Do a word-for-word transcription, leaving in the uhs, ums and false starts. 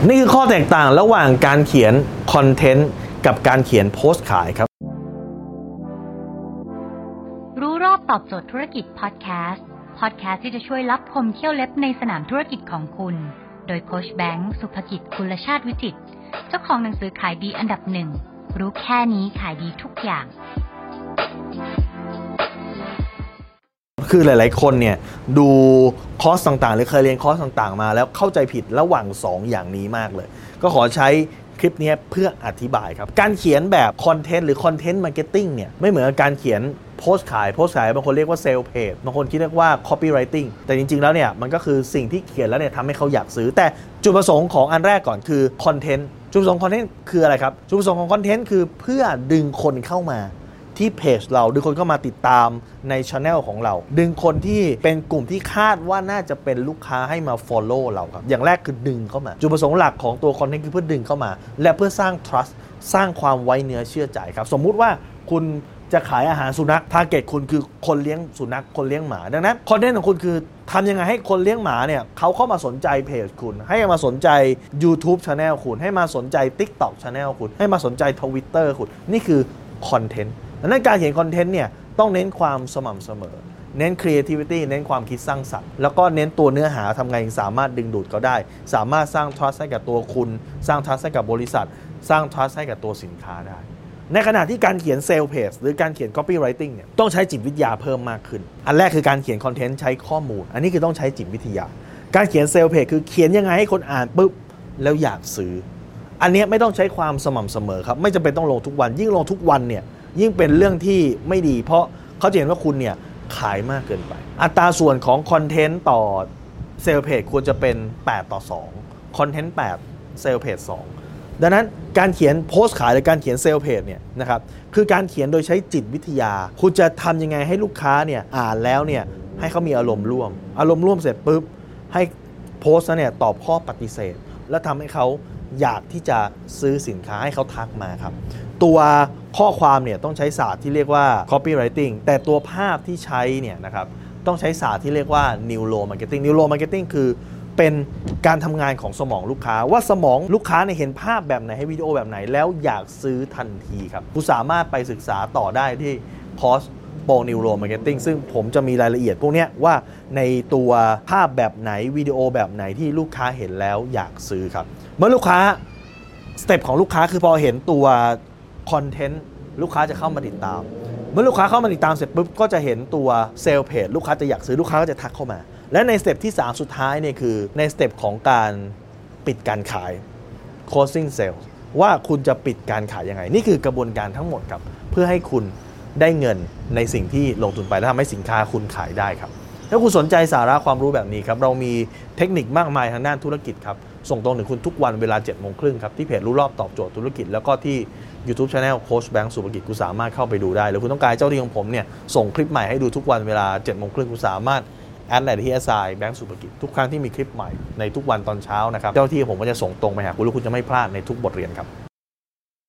นี่คือข้อแตกต่างระหว่างการเขียนคอนเทนต์กับการเขียนโพสต์ขายครับรู้รอบตอบโจทย์ธุรกิจพอดแคสต์พอดแคสต์ที่จะช่วยลับคมเขี้ยวเล็บในสนามธุรกิจของคุณโดยโค้ชแบงค์สุภกิจกุลชาติวิจิตรเจ้าของหนังสือขายดีอันดับหนึ่งรู้แค่นี้ขายดีทุกอย่างคือหลายๆคนเนี่ยดูคอร์สต่างๆหรือเคยเรียนคอร์สต่างๆมาแล้วเข้าใจผิดระหว่างสองอย่างนี้มากเลยก็ขอใช้คลิปนี้เพื่ออธิบายครับการเขียนแบบคอนเทนต์หรือคอนเทนต์มาร์เก็ตติ้งเนี่ยไม่เหมือนกับการเขียนโพสต์ขายโพสต์ขายบางคนเรียกว่าเซลล์เพจบางคนคิดเรียกว่า copywriting แต่จริงๆแล้วเนี่ยมันก็คือสิ่งที่เขียนแล้วเนี่ยทำให้เขาอยากซื้อแต่จุดประสงค์ของอันแรกก่อนคือคอนเทนต์จุดประสงค์คอนเทนต์คืออะไรครับจุดประสงค์ของคอนเทนต์คือเพื่อดึงคนเข้ามาที่เพจเราดึงคนเข้ามาติดตามใน channel ของเราดึงคนที่เป็นกลุ่มที่คาดว่าน่าจะเป็นลูกค้าให้มา follow เราครับอย่างแรกคือดึงเข้ามาจุดประสงค์หลักของตัว content คือเพื่อดึงเข้ามาและเพื่อสร้าง trust สร้างความไว้เนื้อเชื่อใจครับสมมุติว่าคุณจะขายอาหารสุนัข target คุณคือคนเลี้ยงสุนัขคนเลี้ยงหมาดังนั้น content ของคุณคือทำยังไงให้คนเลี้ยงหมาเนี่ยเขาเข้ามาสนใจเพจคุณให้มาสนใจ YouTube channel คุณให้มาสนใจ TikTok channel คุณให้มาสนใจ Twitter คุณนี่คือ contentดังนั้นการเขียนคอนเทนต์เนี่ยต้องเน้นความสม่ำเสมอเน้น creativity เน้นความคิดสร้างสรรค์แล้วก็เน้นตัวเนื้อหาทำไงสามารถดึงดูดเขาได้สามารถสร้าง trust ให้กับตัวคุณสร้าง trust ให้กับบริษัทสร้าง trust ให้กับตัวสินค้าได้ในขณะที่การเขียน sales page หรือการเขียน copywriting เนี่ยต้องใช้จิตวิทยาเพิ่มมากขึ้นอันแรกคือการเขียนคอนเทนต์ใช้ข้อมูลอันนี้คือต้องใช้จิตวิทยาการเขียน sales page คือเขียนยังไงให้คนอ่านปุ๊บแล้วอยากซื้ออันนี้ไม่ต้องใช้ความสม่ำเสมอครับไม่จำเป็นต้องลงทุกวันยิ่งลงทุกวันเนี่ยยิ่งเป็นเรื่องที่ไม่ดีเพราะเขาจะเห็นว่าคุณเนี่ยขายมากเกินไปอัตราส่วนของคอนเทนต์ต่อเซลล์เพจควรจะเป็นแปดต่อสองคอนเทนต์แปดเซลล์เพจสองดังนั้นการเขียนโพสต์ขายหรือการเขียนเซลล์เพจเนี่ยนะครับคือการเขียนโดยใช้จิตวิทยาคุณจะทำยังไงให้ลูกค้าเนี่ยอ่านแล้วเนี่ยให้เขามีอารมณ์ร่วมอารมณ์ร่วมเสร็จปุ๊บให้โพสต์เนี่ยตอบข้อปฏิเสธแล้วทำให้เขาอยากที่จะซื้อสินค้าให้เขาทักมาครับตัวข้อความเนี่ยต้องใช้ศาสตร์ที่เรียกว่า copywriting แต่ตัวภาพที่ใช้เนี่ยนะครับต้องใช้ศาสตร์ที่เรียกว่า neuro marketing neuro marketing คือเป็นการทำงานของสมองลูกค้าว่าสมองลูกค้าเนี่ยเห็นภาพแบบไหนให้วิดีโอแบบไหนแล้วอยากซื้อทันทีครับคุณสามารถไปศึกษาต่อได้ที่คอร์สโปร neuro marketing ซึ่งผมจะมีรายละเอียดพวกนี้ว่าในตัวภาพแบบไหนวิดีโอแบบไหนที่ลูกค้าเห็นแล้วอยากซื้อครับเมื่อลูกค้าสเต็ปของลูกค้าคือพอเห็นตัวคอนเทนต์ลูกค้าจะเข้ามาติดตามเมื่อลูกค้าเข้ามาติดตามเสร็จปุ๊บก็จะเห็นตัวเซลล์เพจลูกค้าจะอยากซื้อลูกค้าก็จะทักเข้ามาและในสเต็ปที่สามสุดท้ายเนี่ยคือในสเต็ปของการปิดการขาย closing sale ว่าคุณจะปิดการขายยังไงนี่คือกระบวนการทั้งหมดครับเพื่อให้คุณได้เงินในสิ่งที่ลงทุนไปและทำให้สินค้าคุณขายได้ครับถ้าคุณสนใจสาระความรู้แบบนี้ครับเรามีเทคนิคมากมายทางด้านธุรกิจครับส่งตรงถึงคุณทุกวันเวลา เจ็ดโมงครึ่งครับที่เพจรู้รอบตอบโจทย์ธุรกิจแล้วก็ที่ YouTube Channel โค้ชแบงค์สุภกิจคุณสามารถเข้าไปดูได้หรือคุณต้องการเจ้าที่ของผมเนี่ยส่งคลิปใหม่ให้ดูทุกวันเวลา เจ็ดโมงครึ่งคุณสามารถแอดไลน์ที่ เอส ไอ แบงค์สุภกิจทุกครั้งที่มีคลิปใหม่ในทุกวันตอนเช้านะครับเจ้าที่ผมก็จะส่งตรงไปหาคุณแล้วคุณจะไม่พลาดในทุกบทเรียนครับ